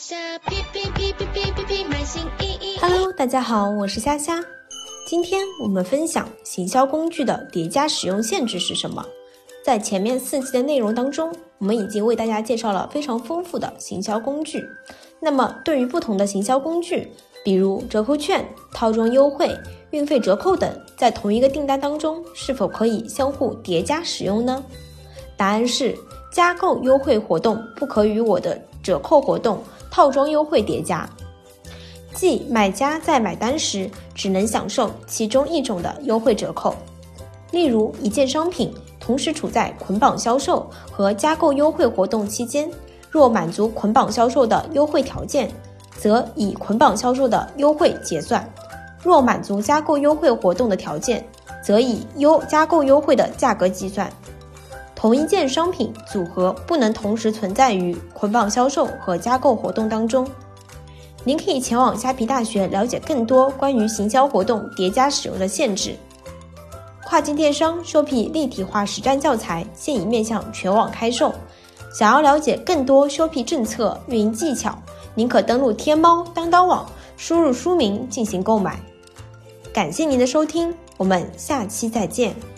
Hello， 大家好，我是虾虾。今天我们分享行销工具的叠加使用限制是什么。在前面4期的内容当中，我们已经为大家介绍了非常丰富的行销工具。那么对于不同的行销工具，比如折扣券、套装优惠、运费折扣等，在同一个订单当中是否可以相互叠加使用呢？答案是加购优惠活动不可与我的折扣活动、套装优惠叠加，即买家在买单时只能享受其中一种的优惠折扣。例如一件商品同时处在捆绑销售和加购优惠活动期间，若满足捆绑销售的优惠条件，则以捆绑销售的优惠结算；若满足加购优惠活动的条件，则以加购优惠的价格计算。同一件商品组合不能同时存在于捆绑销售和加购活动当中。您可以前往虾皮大学了解更多关于行销活动叠加使用的限制。跨境电商 Shopee 立体化实战教材现已面向全网开售，想要了解更多 Shopee 政策、运营技巧，您可登录天猫、当当网，输入书名进行购买。感谢您的收听，我们下期再见。